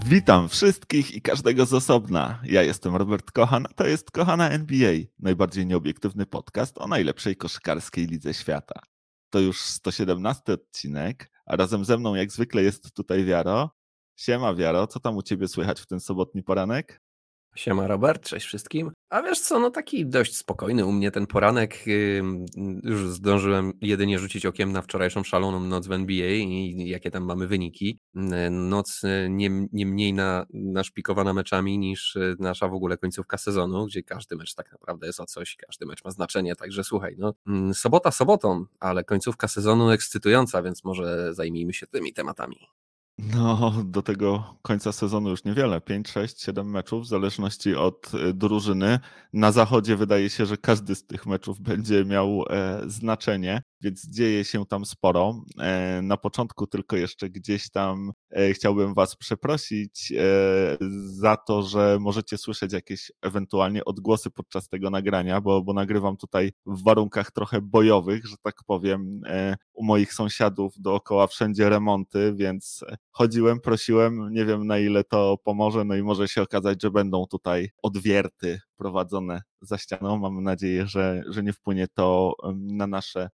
Witam wszystkich i każdego z osobna. Ja jestem Robert Kochan, a to jest Kochana NBA, najbardziej nieobiektywny podcast o najlepszej koszykarskiej lidze świata. To już 117 odcinek, a razem ze mną jak zwykle jest tutaj Wiaro. Siema Wiaro, co tam u ciebie słychać w ten sobotni poranek? Siema Robert, cześć wszystkim. A wiesz co, no taki dość spokojny u mnie ten poranek. Już zdążyłem jedynie rzucić okiem na wczorajszą szaloną noc w NBA i jakie tam mamy wyniki. Noc nie mniej naszpikowana meczami niż nasza w ogóle końcówka sezonu, gdzie każdy mecz tak naprawdę jest o coś, każdy mecz ma znaczenie, także słuchaj, no sobota sobotą, ale końcówka sezonu ekscytująca, więc może zajmijmy się tymi tematami. No, do tego końca sezonu już niewiele. 5, 6, 7 meczów, w zależności od drużyny. Na zachodzie wydaje się, że każdy z tych meczów będzie miał znaczenie, więc dzieje się tam sporo. Na początku tylko jeszcze gdzieś tam chciałbym Was przeprosić za to, że możecie słyszeć jakieś ewentualnie odgłosy podczas tego nagrania, bo nagrywam tutaj w warunkach trochę bojowych, że tak powiem. U moich sąsiadów dookoła wszędzie remonty, więc chodziłem, prosiłem, nie wiem na ile to pomoże, no i może się okazać, że będą tutaj odwierty prowadzone za ścianą. Mam nadzieję, że nie wpłynie to na nasze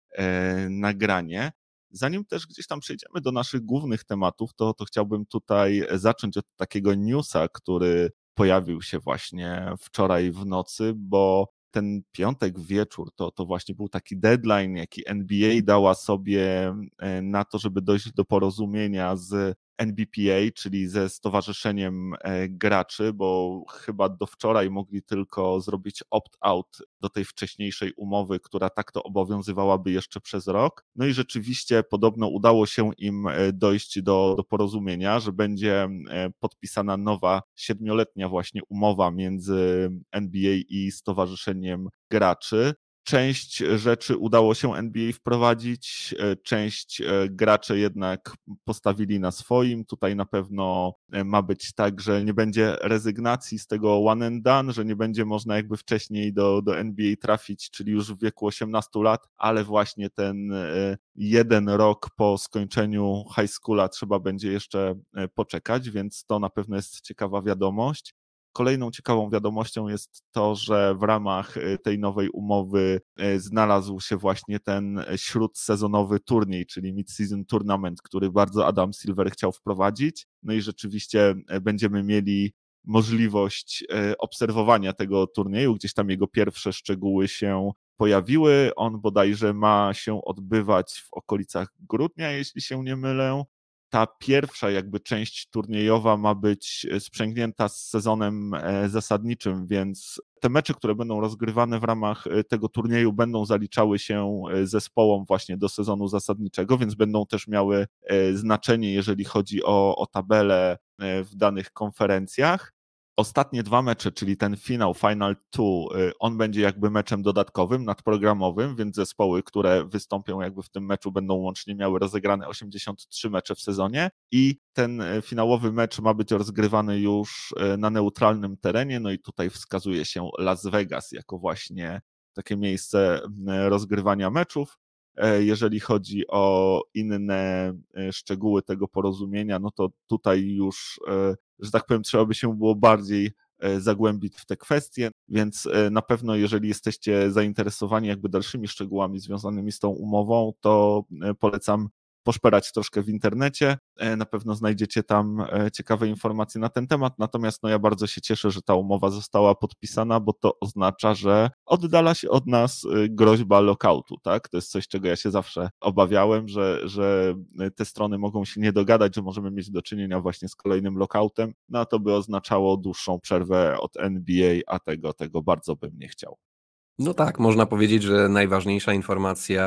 nagranie. Zanim też gdzieś tam przejdziemy do naszych głównych tematów, to chciałbym tutaj zacząć od takiego newsa, który pojawił się właśnie wczoraj w nocy, bo ten piątek wieczór to właśnie był taki deadline, jaki NBA dała sobie na to, żeby dojść do porozumienia z NBPA, czyli ze Stowarzyszeniem Graczy, bo chyba do wczoraj mogli tylko zrobić opt-out do tej wcześniejszej umowy, która tak to obowiązywałaby jeszcze przez rok. No i rzeczywiście podobno udało się im dojść do porozumienia, że będzie podpisana nowa 7-letnia właśnie umowa między NBA i Stowarzyszeniem Graczy. Część rzeczy udało się NBA wprowadzić, część gracze jednak postawili na swoim. Tutaj na pewno ma być tak, że nie będzie rezygnacji z tego one and done, że nie będzie można jakby wcześniej do NBA trafić, czyli już w wieku 18 lat, ale właśnie ten jeden rok po skończeniu high schoola trzeba będzie jeszcze poczekać, więc to na pewno jest ciekawa wiadomość. Kolejną ciekawą wiadomością jest to, że w ramach tej nowej umowy znalazł się właśnie ten śródsezonowy turniej, czyli Mid-Season Tournament, który bardzo Adam Silver chciał wprowadzić. No i rzeczywiście będziemy mieli możliwość obserwowania tego turnieju. Gdzieś tam jego pierwsze szczegóły się pojawiły. On bodajże ma się odbywać w okolicach grudnia, jeśli się nie mylę. Ta pierwsza jakby część turniejowa ma być sprzęgnięta z sezonem zasadniczym, więc te mecze, które będą rozgrywane w ramach tego turnieju, będą zaliczały się zespołom właśnie do sezonu zasadniczego, więc będą też miały znaczenie, jeżeli chodzi o tabelę w danych konferencjach. Ostatnie 2 mecze, czyli ten finał, Final Two, on będzie jakby meczem dodatkowym, nadprogramowym, więc zespoły, które wystąpią jakby w tym meczu, będą łącznie miały rozegrane 83 mecze w sezonie i ten finałowy mecz ma być rozgrywany już na neutralnym terenie, no i tutaj wskazuje się Las Vegas jako właśnie takie miejsce rozgrywania meczów. Jeżeli chodzi o inne szczegóły tego porozumienia, no to tutaj już, że tak powiem, trzeba by się było bardziej zagłębić w te kwestie, więc na pewno jeżeli jesteście zainteresowani jakby dalszymi szczegółami związanymi z tą umową, to polecam poszperać troszkę w internecie. Na pewno znajdziecie tam ciekawe informacje na ten temat, natomiast no ja bardzo się cieszę, że ta umowa została podpisana, bo to oznacza, że oddala się od nas groźba lockoutu, tak? To jest coś, czego ja się zawsze obawiałem, że te strony mogą się nie dogadać, że możemy mieć do czynienia właśnie z kolejnym lockoutem, no a to by oznaczało dłuższą przerwę od NBA, a tego bardzo bym nie chciał. No tak, można powiedzieć, że najważniejsza informacja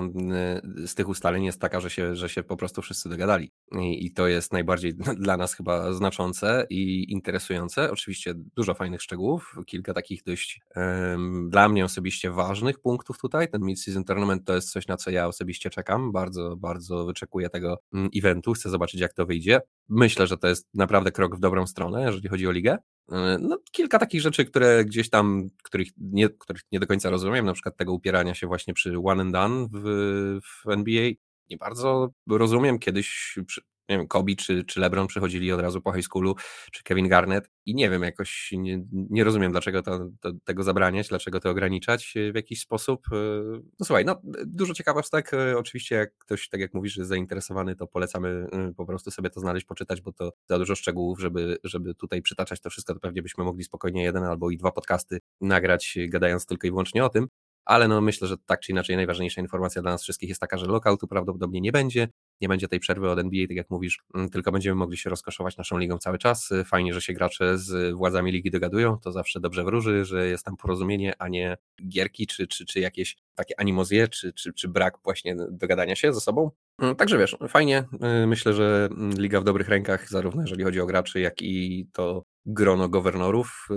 z tych ustaleń jest taka, że się po prostu wszyscy dogadali. I to jest najbardziej dla nas chyba znaczące i interesujące. Oczywiście dużo fajnych szczegółów, kilka takich dość dla mnie osobiście ważnych punktów tutaj. Ten Mid-Season Tournament to jest coś, na co ja osobiście czekam. Bardzo, bardzo wyczekuję tego eventu. Chcę zobaczyć, jak to wyjdzie. Myślę, że to jest naprawdę krok w dobrą stronę, jeżeli chodzi o ligę. No, kilka takich rzeczy, które gdzieś tam, których nie do końca rozumiem, na przykład tego upierania się właśnie przy one and done w NBA. Nie bardzo rozumiem. Kiedyś nie wiem, Kobe czy LeBron przychodzili od razu po high schoolu, czy Kevin Garnett i nie wiem, jakoś nie rozumiem, dlaczego tego zabraniać, dlaczego to ograniczać w jakiś sposób. No słuchaj, no dużo ciekawostek, oczywiście jak ktoś, tak jak mówisz, jest zainteresowany, to polecamy po prostu sobie to znaleźć, poczytać, bo to za dużo szczegółów, żeby tutaj przytaczać to wszystko, to pewnie byśmy mogli spokojnie jeden albo i dwa podcasty nagrać, gadając tylko i wyłącznie o tym. Ale no myślę, że tak czy inaczej najważniejsza informacja dla nas wszystkich jest taka, że lockoutu prawdopodobnie nie będzie. Nie będzie tej przerwy od NBA, tak jak mówisz, tylko będziemy mogli się rozkoszować naszą ligą cały czas. Fajnie, że się gracze z władzami ligi dogadują, to zawsze dobrze wróży, że jest tam porozumienie, a nie gierki, czy jakieś takie animozje, czy brak właśnie dogadania się ze sobą. Także wiesz, fajnie, myślę, że liga w dobrych rękach, zarówno jeżeli chodzi o graczy, jak i to grono gowernorów,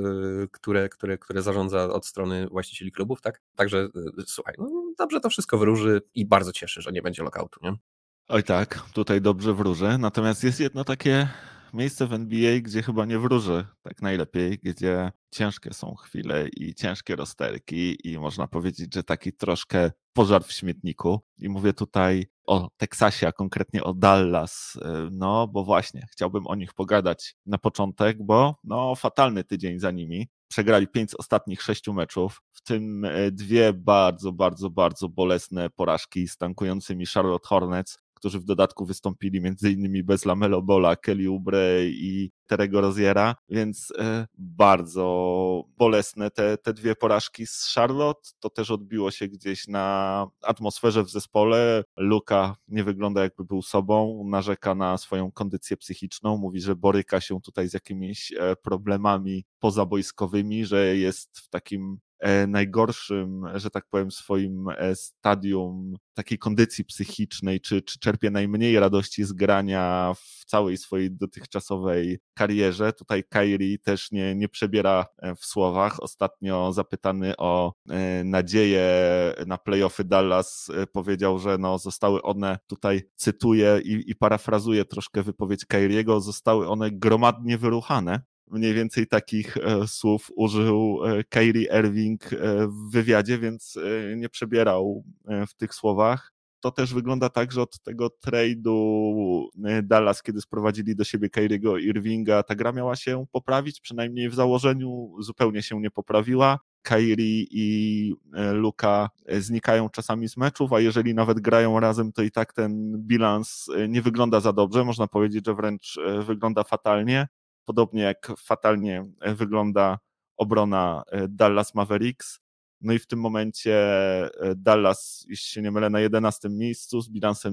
które zarządza od strony właścicieli klubów, tak? Także słuchaj, no dobrze to wszystko wróży i bardzo cieszy, że nie będzie lockoutu, nie? Oj tak, tutaj dobrze wróży. Natomiast jest jedno takie miejsce w NBA, gdzie chyba nie wróży tak najlepiej, gdzie ciężkie są chwile i ciężkie rozterki i można powiedzieć, że taki troszkę pożar w śmietniku. I mówię tutaj o Teksasie, a konkretnie o Dallas. No bo właśnie, chciałbym o nich pogadać na początek, bo no fatalny tydzień za nimi. Przegrali 5 z ostatnich 6 meczów, w tym 2 bardzo, bardzo, bardzo bolesne porażki z tankującymi Charlotte Hornets, którzy w dodatku wystąpili m.in. bez Lamelo Balla, Kelly Oubre i Terry'ego Roziera, więc bardzo bolesne te 2 porażki z Charlotte. To też odbiło się gdzieś na atmosferze w zespole. Luka nie wygląda jakby był sobą, narzeka na swoją kondycję psychiczną, mówi, że boryka się tutaj z jakimiś problemami pozabojskowymi, że jest w takim najgorszym, że tak powiem, swoim stadium takiej kondycji psychicznej, czy czerpie najmniej radości z grania w całej swojej dotychczasowej karierze. Tutaj Kyrie też nie przebiera w słowach. Ostatnio zapytany o nadzieję na playoffy Dallas powiedział, że no zostały one, tutaj cytuję i parafrazuję troszkę wypowiedź Kyriego, zostały one gromadnie wyruchane. Mniej więcej takich słów użył Kyrie Irving w wywiadzie, więc nie przebierał w tych słowach. To też wygląda tak, że od tego trade'u Dallas, kiedy sprowadzili do siebie Kyriego Irvinga, ta gra miała się poprawić, przynajmniej w założeniu zupełnie się nie poprawiła. Kyrie i Luka znikają czasami z meczów, a jeżeli nawet grają razem, to i tak ten bilans nie wygląda za dobrze, można powiedzieć, że wręcz wygląda fatalnie. Podobnie jak fatalnie wygląda obrona Dallas Mavericks. No i w tym momencie Dallas, jeśli się nie mylę, na 11 miejscu z bilansem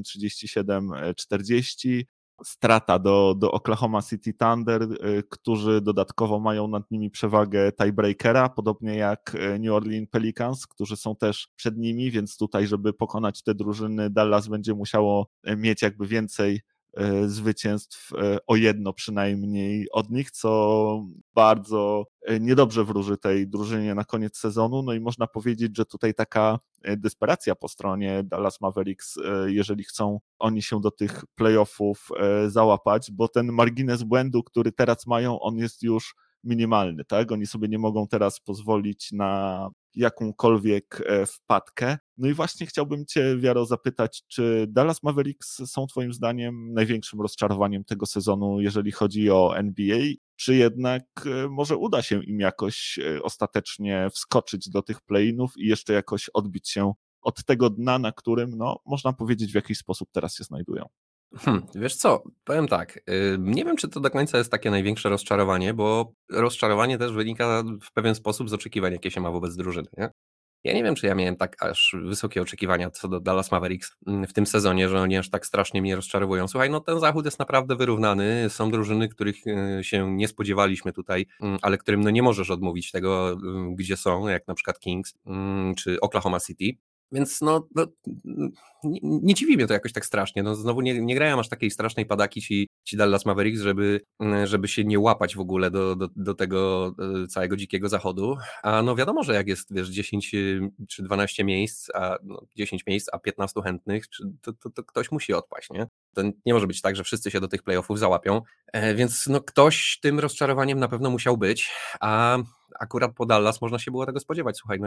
37-40. Strata do Oklahoma City Thunder, którzy dodatkowo mają nad nimi przewagę tiebreakera, podobnie jak New Orleans Pelicans, którzy są też przed nimi, więc tutaj, żeby pokonać te drużyny, Dallas będzie musiało mieć jakby więcej zwycięstw, o jedno przynajmniej od nich, co bardzo niedobrze wróży tej drużynie na koniec sezonu. No i można powiedzieć, że tutaj taka desperacja po stronie Dallas Mavericks, jeżeli chcą oni się do tych playoffów załapać, bo ten margines błędu, który teraz mają, on jest już minimalny, tak? Oni sobie nie mogą teraz pozwolić na jakąkolwiek wpadkę. No i właśnie chciałbym Cię, Wiaro, zapytać, czy Dallas Mavericks są Twoim zdaniem największym rozczarowaniem tego sezonu, jeżeli chodzi o NBA, czy jednak może uda się im jakoś ostatecznie wskoczyć do tych play-inów i jeszcze jakoś odbić się od tego dna, na którym, no, można powiedzieć, w jakiś sposób teraz się znajdują? Wiesz co, powiem tak, nie wiem, czy to do końca jest takie największe rozczarowanie, bo rozczarowanie też wynika w pewien sposób z oczekiwań, jakie się ma wobec drużyny, nie? Ja nie wiem, czy ja miałem tak aż wysokie oczekiwania co do Dallas Mavericks w tym sezonie, że oni aż tak strasznie mnie rozczarowują. Słuchaj, no ten zachód jest naprawdę wyrównany, są drużyny, których się nie spodziewaliśmy tutaj, ale którym no nie możesz odmówić tego, gdzie są, jak na przykład Kings czy Oklahoma City. Więc nie dziwi mnie to jakoś tak strasznie. No znowu nie grają aż takiej strasznej padaki ci Dallas Mavericks, żeby się nie łapać w ogóle do tego całego dzikiego zachodu. A no wiadomo, że jak jest, wiesz, 10 czy 12 miejsc, 10 miejsc, a 15 chętnych, to ktoś musi odpaść, nie? To nie może być tak, że wszyscy się do tych playoffów załapią. Więc no ktoś tym rozczarowaniem na pewno musiał być, a akurat po Dallas można się było tego spodziewać. Słuchaj, no ja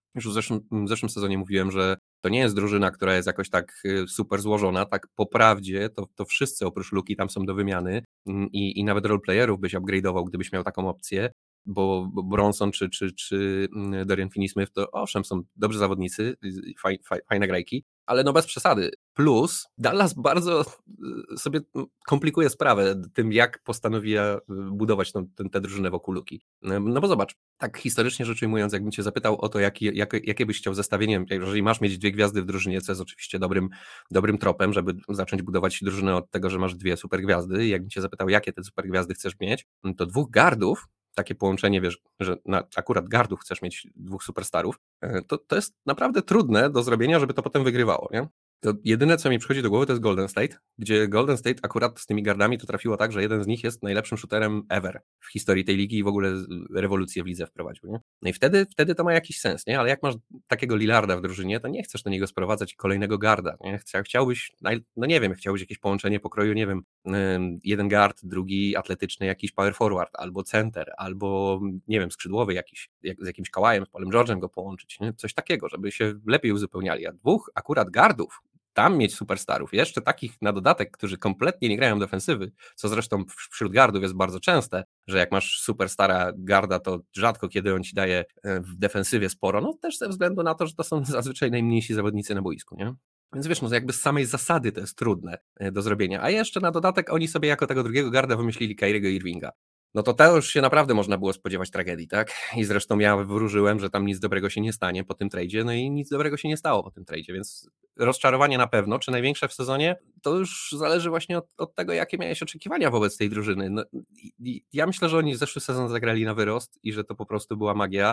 Już w zeszłym sezonie mówiłem, że to nie jest drużyna, która jest jakoś tak super złożona, tak po prawdzie to wszyscy oprócz Luki tam są do wymiany i nawet roleplayerów byś upgrade'ował, gdybyś miał taką opcję, bo Bronson czy Dorian Finney-Smith to owszem są dobrzy zawodnicy, fajne grajki, ale no bez przesady. Plus Dallas bardzo sobie komplikuje sprawę tym, jak postanowi budować tę drużynę wokół Luki. No bo zobacz, tak historycznie rzecz ujmując, jakbym cię zapytał o to, jakie byś chciał zestawienie, jeżeli masz mieć 2 gwiazdy w drużynie, co jest oczywiście dobrym tropem, żeby zacząć budować drużynę od tego, że masz 2 super gwiazdy, jakbym cię zapytał, jakie te super gwiazdy chcesz mieć, to 2 guardów, takie połączenie, wiesz, że akurat guardów chcesz mieć 2 superstarów, to jest naprawdę trudne do zrobienia, żeby to potem wygrywało, nie? To jedyne, co mi przychodzi do głowy, to jest Golden State, gdzie Golden State akurat z tymi guardami to trafiło tak, że jeden z nich jest najlepszym shooterem ever w historii tej ligi i w ogóle rewolucję w lidze wprowadził, nie? No i wtedy to ma jakiś sens, nie? Ale jak masz takiego Lillarda w drużynie, to nie chcesz do niego sprowadzać kolejnego guarda, nie? Chciałbyś, no nie wiem, chciałbyś jakieś połączenie pokroju, nie wiem, jeden guard, drugi atletyczny jakiś power forward, albo center, albo nie wiem, skrzydłowy jakiś, z jakimś Kałajem, z Paulem George'em go połączyć, nie? Coś takiego, żeby się lepiej uzupełniali, a 2 akurat guardów, tam mieć superstarów, jeszcze takich na dodatek, którzy kompletnie nie grają defensywy, co zresztą wśród guardów jest bardzo częste, że jak masz superstara guarda, to rzadko kiedy on ci daje w defensywie sporo, no też ze względu na to, że to są zazwyczaj najmniejsi zawodnicy na boisku, nie? Więc wiesz, no jakby z samej zasady to jest trudne do zrobienia, a jeszcze na dodatek oni sobie jako tego drugiego guarda wymyślili Kyriego Irvinga. No to już się naprawdę można było spodziewać tragedii, tak? I zresztą ja wróżyłem, że tam nic dobrego się nie stanie po tym tradzie, no i nic dobrego się nie stało po tym tradzie, więc rozczarowanie na pewno, czy największe w sezonie, to już zależy właśnie od tego, jakie miałeś oczekiwania wobec tej drużyny. No, ja myślę, że oni zeszły sezon zagrali na wyrost i że to po prostu była magia,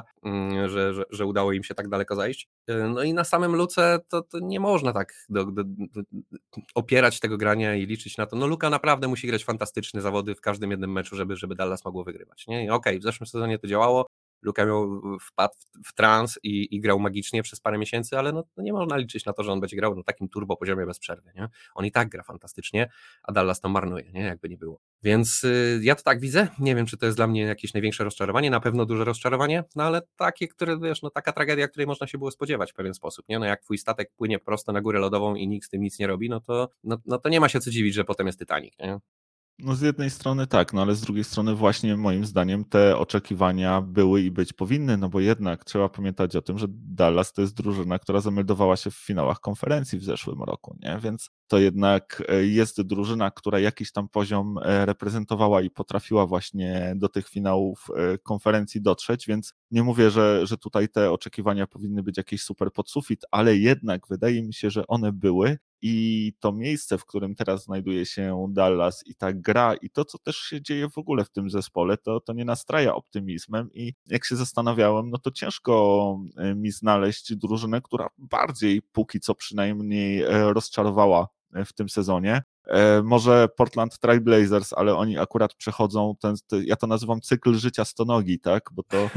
że udało im się tak daleko zajść. No i na samym Luce to nie można tak opierać tego grania i liczyć na to. No Luka naprawdę musi grać fantastyczne zawody w każdym jednym meczu, żeby Dallas mogło wygrywać. Nie? Okej, w zeszłym sezonie to działało, Luka wpadł w trans i grał magicznie przez parę miesięcy, ale no nie można liczyć na to, że on będzie grał na takim turbo poziomie bez przerwy. Nie? On i tak gra fantastycznie, a Dallas to marnuje, nie? Jakby nie było. Więc ja to tak widzę, nie wiem, czy to jest dla mnie jakieś największe rozczarowanie, na pewno duże rozczarowanie, no ale takie, które, wiesz, no taka tragedia, której można się było spodziewać w pewien sposób, nie? No jak twój statek płynie prosto na górę lodową i nikt z tym nic nie robi, no to nie ma się co dziwić, że potem jest Titanic, nie? No z jednej strony tak, no ale z drugiej strony właśnie moim zdaniem te oczekiwania były i być powinny, no bo jednak trzeba pamiętać o tym, że Dallas to jest drużyna, która zameldowała się w finałach konferencji w zeszłym roku, nie? Więc to jednak jest drużyna, która jakiś tam poziom reprezentowała i potrafiła właśnie do tych finałów konferencji dotrzeć, więc nie mówię, że tutaj te oczekiwania powinny być jakieś super pod sufit, ale jednak wydaje mi się, że one były. I to miejsce, w którym teraz znajduje się Dallas i ta gra i to, co też się dzieje w ogóle w tym zespole, to nie nastraja optymizmem i jak się zastanawiałem, no to ciężko mi znaleźć drużynę, która bardziej, póki co przynajmniej, rozczarowała w tym sezonie. Może Portland Trail Blazers, ale oni akurat przechodzą ja to nazywam cykl życia stonogi, tak, bo to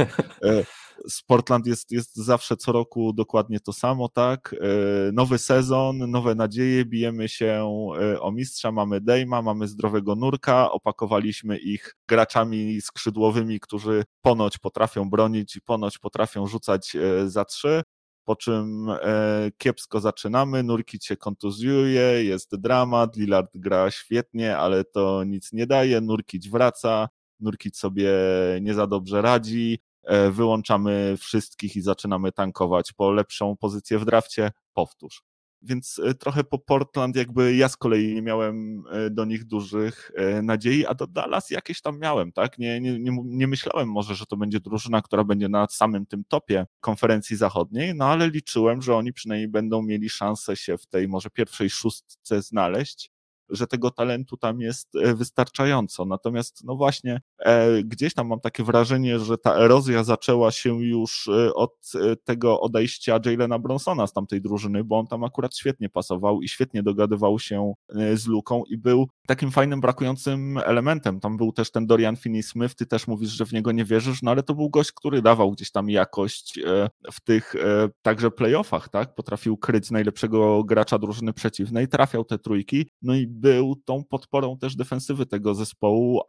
z Portland jest zawsze co roku dokładnie to samo, tak, nowy sezon, nowe nadzieje, bijemy się o mistrza, mamy Dame'a, mamy zdrowego Nurka, opakowaliśmy ich graczami skrzydłowymi, którzy ponoć potrafią bronić i ponoć potrafią rzucać za 3, po czym kiepsko zaczynamy, Nurkic się kontuzjuje, jest dramat, Lillard gra świetnie, ale to nic nie daje, Nurkic wraca, Nurkic sobie nie za dobrze radzi, wyłączamy wszystkich i zaczynamy tankować po lepszą pozycję w drafcie, powtórz. Więc trochę po Portland jakby ja z kolei nie miałem do nich dużych nadziei, a do Dallas jakieś tam miałem, tak? Nie myślałem może, że to będzie drużyna, która będzie na samym tym topie konferencji zachodniej, no ale liczyłem, że oni przynajmniej będą mieli szansę się w tej może pierwszej szóstce znaleźć, że tego talentu tam jest wystarczająco. Natomiast no właśnie gdzieś tam mam takie wrażenie, że ta erozja zaczęła się już od tego odejścia Jalena Bronsona z tamtej drużyny, bo on tam akurat świetnie pasował i świetnie dogadywał się z Luką i był takim fajnym brakującym elementem. Tam był też ten Dorian Finney-Smith, ty też mówisz, że w niego nie wierzysz, no ale to był gość, który dawał gdzieś tam jakość w tych także playoffach, tak? Potrafił kryć najlepszego gracza drużyny przeciwnej, trafiał te trójki, no i był tą podporą też defensywy tego zespołu, a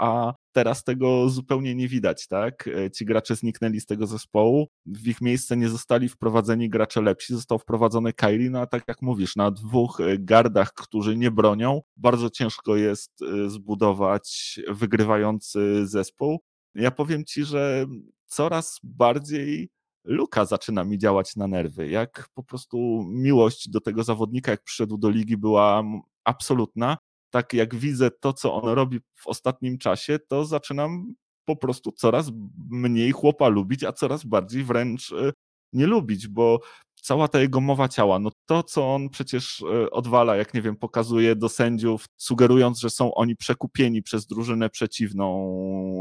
teraz tego zupełnie nie widać, tak? Ci gracze zniknęli z tego zespołu, w ich miejsce nie zostali wprowadzeni gracze lepsi, został wprowadzony Kyrie, no a tak jak mówisz, na 2 gardach, którzy nie bronią, bardzo ciężko jest zbudować wygrywający zespół. Ja powiem ci, że coraz bardziej Luka zaczyna mi działać na nerwy. Jak po prostu miłość do tego zawodnika, jak przyszedł do ligi, była absolutna. Tak jak widzę to, co on robi w ostatnim czasie, to zaczynam po prostu coraz mniej chłopa lubić, a coraz bardziej wręcz nie lubić, bo cała ta jego mowa ciała, no to, co on przecież odwala, jak nie wiem, pokazuje do sędziów, sugerując, że są oni przekupieni przez drużynę przeciwną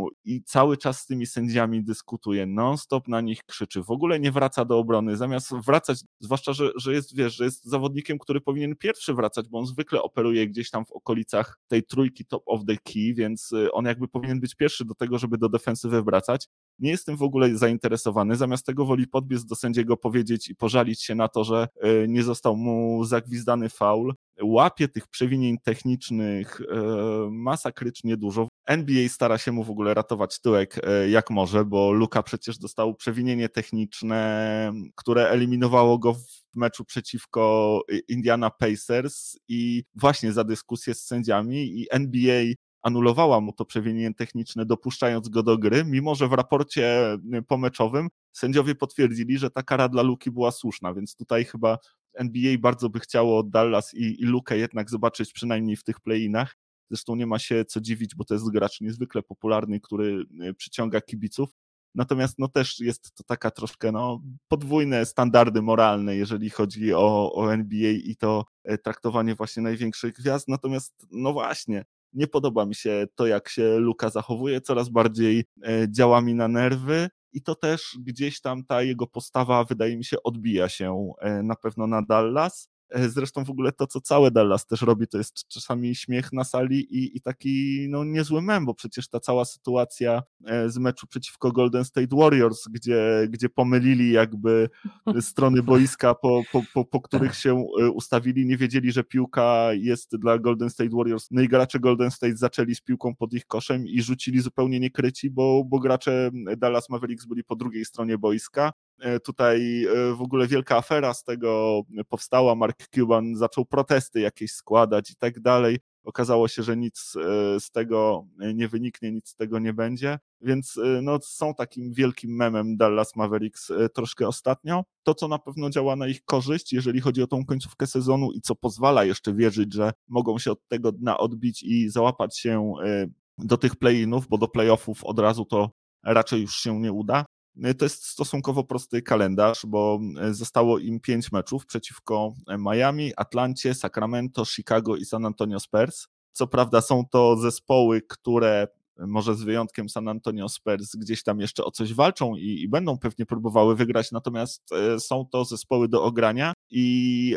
i cały czas z tymi sędziami dyskutuje, non-stop na nich krzyczy, w ogóle nie wraca do obrony, zamiast wracać, zwłaszcza, że jest, wiesz, że jest zawodnikiem, który powinien pierwszy wracać, bo on zwykle operuje gdzieś tam w okolicach tej trójki top of the key, więc on jakby powinien być pierwszy do tego, żeby do defensywy wracać. Nie jestem w ogóle zainteresowany, zamiast tego woli podbiec do sędziego, powiedzieć i pożalić się na to, że nie został mu zagwizdany faul. Łapie tych przewinień technicznych masakrycznie dużo. NBA stara się mu w ogóle ratować tyłek jak może, bo Luka przecież dostał przewinienie techniczne, które eliminowało go w meczu przeciwko Indiana Pacers i właśnie za dyskusję z sędziami i NBA anulowała mu to przewinienie techniczne, dopuszczając go do gry, mimo że w raporcie pomeczowym sędziowie potwierdzili, że ta kara dla Luki była słuszna, więc tutaj chyba NBA bardzo by chciało Dallas i Lukę jednak zobaczyć przynajmniej w tych play-inach. Zresztą nie ma się co dziwić, bo to jest gracz niezwykle popularny, który przyciąga kibiców. Natomiast no też jest to taka troszkę podwójne standardy moralne, jeżeli chodzi o NBA i to traktowanie właśnie największych gwiazd. Natomiast no właśnie, nie podoba mi się to, jak się Luka zachowuje, coraz bardziej działa mi na nerwy i to też gdzieś tam ta jego postawa, wydaje mi się, odbija się na pewno na Dallas. Zresztą w ogóle to, co całe Dallas też robi, to jest czasami śmiech na sali i taki niezły mem, bo przecież ta cała sytuacja z meczu przeciwko Golden State Warriors, gdzie pomylili jakby strony boiska, po których się ustawili, nie wiedzieli, że piłka jest dla Golden State Warriors, no i gracze Golden State zaczęli z piłką pod ich koszem i rzucili zupełnie niekryci, bo gracze Dallas Mavericks byli po drugiej stronie boiska. Tutaj w ogóle wielka afera z tego powstała, Mark Cuban zaczął protesty jakieś składać i tak dalej. Okazało się, że nic z tego nie wyniknie, nic z tego nie będzie, więc są takim wielkim memem Dallas Mavericks troszkę ostatnio. To, co na pewno działa na ich korzyść, jeżeli chodzi o tą końcówkę sezonu i co pozwala jeszcze wierzyć, że mogą się od tego dna odbić i załapać się do tych play-inów, bo do play-offów od razu to raczej już się nie uda. To jest stosunkowo prosty kalendarz, bo zostało im 5 meczów przeciwko Miami, Atlancie, Sacramento, Chicago i San Antonio Spurs. Co prawda są to zespoły, które może z wyjątkiem San Antonio Spurs gdzieś tam jeszcze o coś walczą i będą pewnie próbowały wygrać, natomiast są to zespoły do ogrania i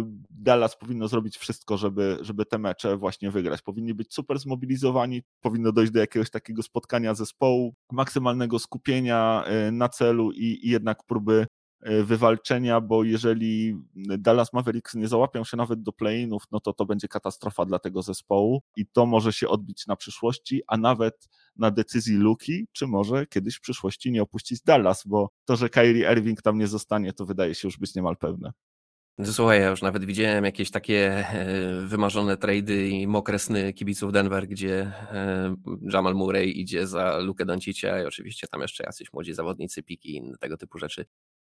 Dallas powinno zrobić wszystko, żeby te mecze właśnie wygrać. Powinni być super zmobilizowani, powinno dojść do jakiegoś takiego spotkania zespołu, maksymalnego skupienia na celu i jednak próby wywalczenia, bo jeżeli Dallas Mavericks nie załapią się nawet do play-inów, no to będzie katastrofa dla tego zespołu i to może się odbić na przyszłości, a nawet na decyzji Luki, czy może kiedyś w przyszłości nie opuścić Dallas, bo to, że Kyrie Irving tam nie zostanie, to wydaje się już być niemal pewne. Słuchaj, ja już nawet widziałem jakieś takie wymarzone trady i mokre sny kibiców Denver, gdzie Jamal Murray idzie za Lukę Doncicia i oczywiście tam jeszcze jacyś młodzi zawodnicy, piki i inne tego typu rzeczy.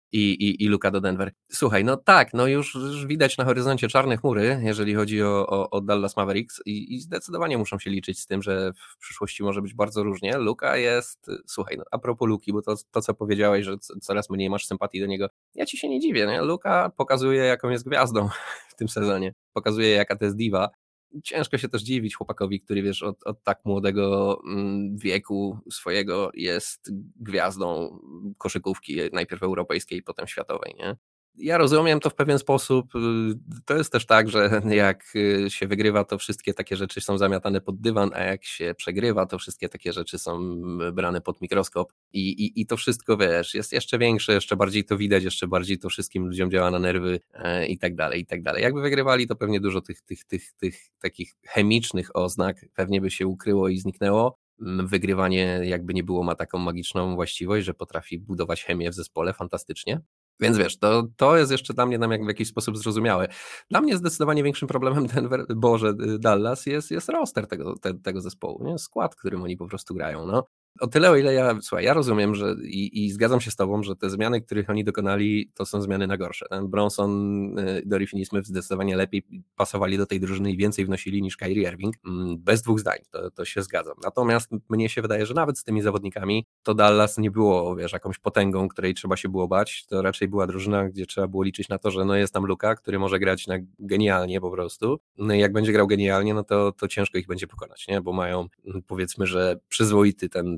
I Luka do Denver. Słuchaj, no tak, no już widać na horyzoncie czarne chmury, jeżeli chodzi o Dallas Mavericks i zdecydowanie muszą się liczyć z tym, że w przyszłości może być bardzo różnie. Luka jest, słuchaj, no a propos Luki, bo to co powiedziałeś, że coraz mniej masz sympatii do niego, ja ci się nie dziwię, nie? Luka pokazuje, jaką jest gwiazdą w tym sezonie, pokazuje, jaka to jest diwa. Ciężko się też dziwić chłopakowi, który wiesz, od tak młodego wieku swojego jest gwiazdą koszykówki, najpierw europejskiej, potem światowej, nie? Ja rozumiem to w pewien sposób. To jest też tak, że jak się wygrywa, to wszystkie takie rzeczy są zamiatane pod dywan, a jak się przegrywa, to wszystkie takie rzeczy są brane pod mikroskop i to wszystko, wiesz, jest jeszcze większe, jeszcze bardziej to widać, jeszcze bardziej to wszystkim ludziom działa na nerwy i tak dalej, i tak dalej. Jakby wygrywali, to pewnie dużo tych takich chemicznych oznak pewnie by się ukryło i zniknęło. Wygrywanie jakby nie było ma taką magiczną właściwość, że potrafi budować chemię w zespole fantastycznie. Więc wiesz, to jest jeszcze dla mnie w jakiś sposób zrozumiałe. Dla mnie zdecydowanie większym problemem Dallas jest roster tego zespołu, nie? Skład, którym oni po prostu grają. No. O tyle, o ile ja rozumiem, że i zgadzam się z tobą, że te zmiany, których oni dokonali, to są zmiany na gorsze. Ten Bronson, Dorian Finney-Smith zdecydowanie lepiej pasowali do tej drużyny i więcej wnosili niż Kyrie Irving. Bez dwóch zdań, to się zgadzam. Natomiast mnie się wydaje, że nawet z tymi zawodnikami to Dallas nie było, wiesz, jakąś potęgą, której trzeba się było bać. To raczej była drużyna, gdzie trzeba było liczyć na to, że no jest tam Luka, który może grać genialnie po prostu. No i jak będzie grał genialnie, no to ciężko ich będzie pokonać, nie? Bo mają, powiedzmy, że przyzwoity ten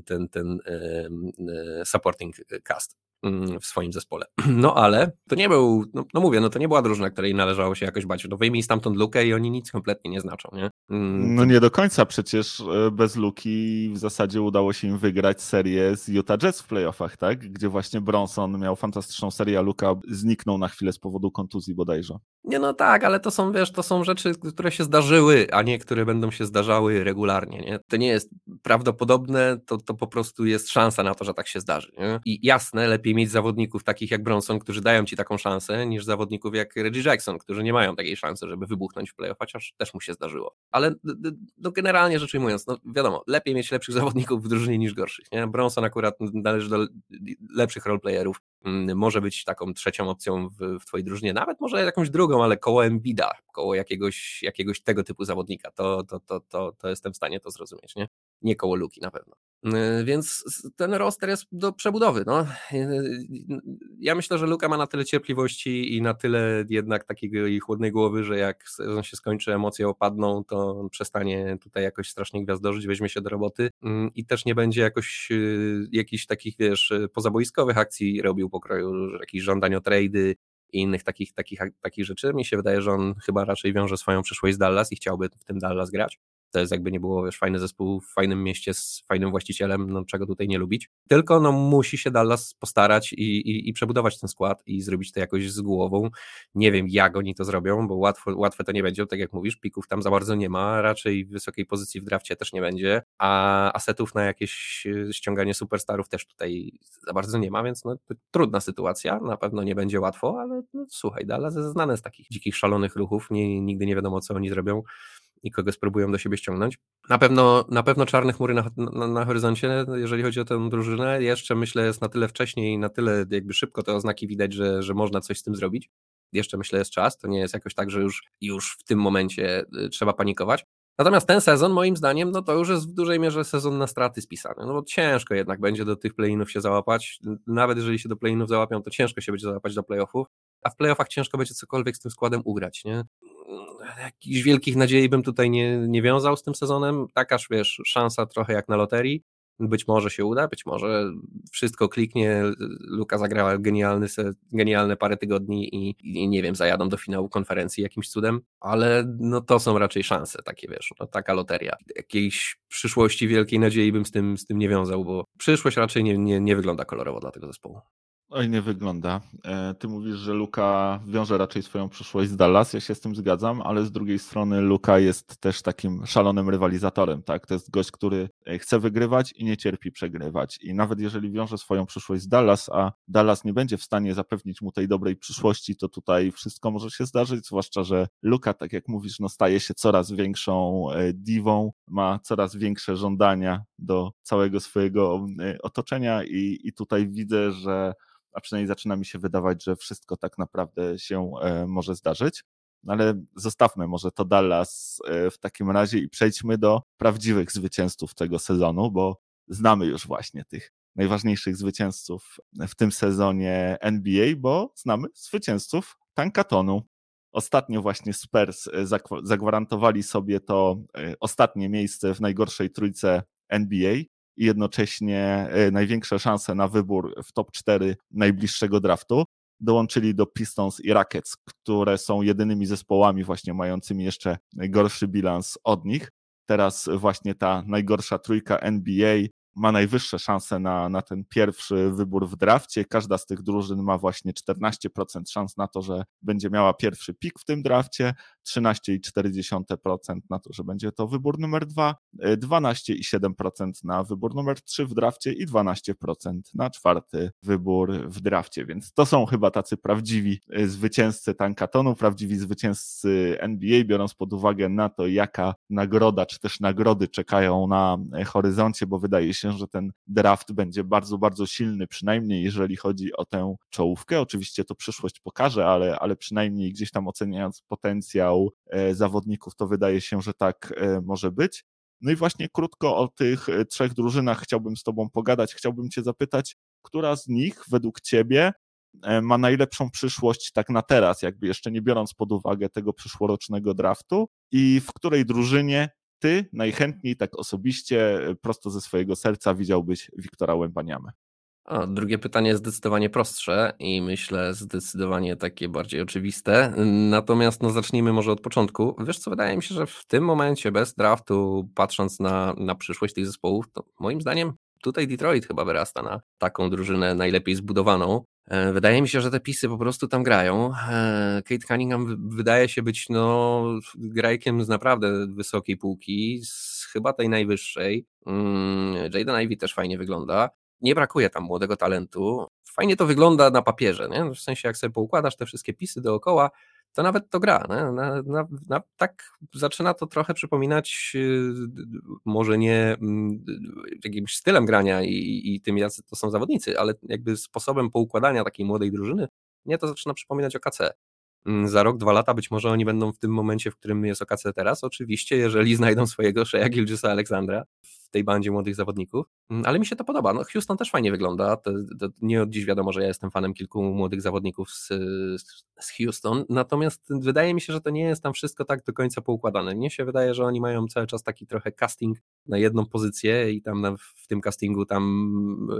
supporting cast w swoim zespole. No ale to nie był, no mówię, no to nie była drużyna, której należało się jakoś bać. No wyjmij stamtąd Lukę i oni nic kompletnie nie znaczą, nie? No nie do końca, przecież bez Luki w zasadzie udało się im wygrać serię z Utah Jazz w playoffach, tak? Gdzie właśnie Bronson miał fantastyczną serię, a Luka zniknął na chwilę z powodu kontuzji bodajże. Nie, no tak, ale to są, wiesz, to są rzeczy, które się zdarzyły, a nie które będą się zdarzały regularnie, nie? To nie jest prawdopodobne, to po prostu jest szansa na to, że tak się zdarzy, nie? I jasne, lepiej mieć zawodników takich jak Bronson, którzy dają ci taką szansę, niż zawodników jak Reggie Jackson, którzy nie mają takiej szansy, żeby wybuchnąć w playoff, chociaż też mu się zdarzyło. Ale no generalnie rzecz ujmując, no wiadomo, lepiej mieć lepszych zawodników w drużynie niż gorszych, nie? Bronson akurat należy do lepszych roleplayerów, może być taką trzecią opcją w twojej drużynie, nawet może jakąś drugą, ale koło Embida, koło jakiegoś tego typu zawodnika, to jestem w stanie to zrozumieć, nie? Nie koło Luki na pewno. Więc ten roster jest do przebudowy. No. Ja myślę, że Luka ma na tyle cierpliwości i na tyle jednak takiego i chłodnej głowy, że jak sezon się skończy, emocje opadną, to on przestanie tutaj jakoś strasznie gwiazdorzyć, weźmie się do roboty i też nie będzie jakichś takich, wiesz, pozaboiskowych akcji robił pokroju, jakichś żądań o trady i innych takich rzeczy. Mi się wydaje, że on chyba raczej wiąże swoją przyszłość z Dallas i chciałby w tym Dallas grać. To jest jakby nie było, wiesz, fajny zespół w fajnym mieście z fajnym właścicielem, no czego tutaj nie lubić. Tylko no musi się Dallas postarać i przebudować ten skład i zrobić to jakoś z głową. Nie wiem, jak oni to zrobią, bo łatwe to nie będzie, tak jak mówisz, pików tam za bardzo nie ma, raczej wysokiej pozycji w drafcie też nie będzie, a asetów na jakieś ściąganie superstarów też tutaj za bardzo nie ma, więc no trudna sytuacja, na pewno nie będzie łatwo, ale no, słuchaj, Dallas jest znane z takich dzikich, szalonych ruchów, nigdy nie wiadomo, co oni zrobią i kogo spróbują do siebie ściągnąć. Na pewno czarne chmury na horyzoncie, jeżeli chodzi o tę drużynę. Jeszcze myślę, jest na tyle wcześnie i na tyle jakby szybko te oznaki widać, że można coś z tym zrobić. Jeszcze myślę, jest czas. To nie jest jakoś tak, że już w tym momencie trzeba panikować. Natomiast ten sezon, moim zdaniem, no to już jest w dużej mierze sezon na straty spisany. No bo ciężko jednak będzie do tych play-inów się załapać. Nawet jeżeli się do play-inów załapią, to ciężko się będzie załapać do play-offów. A w play-offach ciężko będzie cokolwiek z tym składem ugrać, nie? Jakichś wielkich nadziei bym tutaj nie wiązał z tym sezonem. Takaż, wiesz, szansa trochę jak na loterii. Być może się uda, być może wszystko kliknie, Luka zagrała genialne parę tygodni i nie wiem, zajadą do finału konferencji jakimś cudem, ale no to są raczej szanse takie, wiesz, no taka loteria. Jakiejś przyszłości wielkiej nadziei bym z tym nie wiązał, bo przyszłość raczej nie wygląda kolorowo dla tego zespołu. Oj, nie wygląda. Ty mówisz, że Luka wiąże raczej swoją przyszłość z Dallas, ja się z tym zgadzam, ale z drugiej strony Luka jest też takim szalonym rywalizatorem, tak? To jest gość, który chce wygrywać i nie cierpi przegrywać. I nawet jeżeli wiąże swoją przyszłość z Dallas, a Dallas nie będzie w stanie zapewnić mu tej dobrej przyszłości, to tutaj wszystko może się zdarzyć, zwłaszcza, że Luka, tak jak mówisz, no staje się coraz większą diwą, ma coraz większe żądania do całego swojego otoczenia i tutaj widzę, że a przynajmniej zaczyna mi się wydawać, że wszystko tak naprawdę się może zdarzyć. Ale zostawmy może to Dallas w takim razie i przejdźmy do prawdziwych zwycięzców tego sezonu, bo znamy już właśnie tych najważniejszych zwycięzców w tym sezonie NBA, bo znamy zwycięzców Tankatonu. Ostatnio właśnie Spurs zagwarantowali sobie to ostatnie miejsce w najgorszej trójce NBA i jednocześnie największe szanse na wybór w top 4 najbliższego draftu. Dołączyli do Pistons i Rockets, które są jedynymi zespołami właśnie mającymi jeszcze gorszy bilans od nich. Teraz właśnie ta najgorsza trójka NBA ma najwyższe szanse na ten pierwszy wybór w drafcie. Każda z tych drużyn ma właśnie 14% szans na to, że będzie miała pierwszy pik w tym drafcie, 13,4% na to, że będzie to wybór numer 2, 12,7% na wybór numer 3 w drafcie i 12% na czwarty wybór w drafcie. Więc to są chyba tacy prawdziwi zwycięzcy Tankatonu, prawdziwi zwycięzcy NBA, biorąc pod uwagę na to, jaka nagroda, czy też nagrody czekają na horyzoncie, bo wydaje się, że ten draft będzie bardzo, bardzo silny, przynajmniej jeżeli chodzi o tę czołówkę. Oczywiście to przyszłość pokaże, ale przynajmniej gdzieś tam oceniając potencjał zawodników, to wydaje się, że tak może być. No i właśnie krótko o tych 3 drużynach chciałbym z Tobą pogadać. Chciałbym Cię zapytać, która z nich według Ciebie ma najlepszą przyszłość tak na teraz, jakby jeszcze nie biorąc pod uwagę tego przyszłorocznego draftu, i w której drużynie Ty najchętniej tak osobiście, prosto ze swojego serca widziałbyś Wiktora Wembanyamę? Drugie pytanie jest zdecydowanie prostsze i myślę zdecydowanie takie bardziej oczywiste. Natomiast zacznijmy może od początku. Wiesz co, wydaje mi się, że w tym momencie bez draftu, patrząc na przyszłość tych zespołów, to moim zdaniem tutaj Detroit chyba wyrasta na taką drużynę najlepiej zbudowaną. Wydaje mi się, że te pisy po prostu tam grają. Kate Cunningham wydaje się być grajkiem z naprawdę wysokiej półki, chyba tej najwyższej. Jaden Ivey też fajnie wygląda. Nie brakuje tam młodego talentu. Fajnie to wygląda na papierze, nie? W sensie jak sobie poukładasz te wszystkie pisy dookoła, to nawet to gra. Tak zaczyna to trochę przypominać, może nie jakimś stylem grania i tym, jacy to są zawodnicy, ale jakby sposobem poukładania takiej młodej drużyny, mnie to zaczyna przypominać OKC. Za rok, 2 lata być może oni będą w tym momencie, w którym jest OKC teraz, oczywiście, jeżeli znajdą swojego Shea Gilgeousa-Alexandra w tej bandzie młodych zawodników, ale mi się to podoba. Houston też fajnie wygląda, to nie od dziś wiadomo, że ja jestem fanem kilku młodych zawodników z Houston, natomiast wydaje mi się, że to nie jest tam wszystko tak do końca poukładane. Mnie się wydaje, że oni mają cały czas taki trochę casting na jedną pozycję i tam w tym castingu tam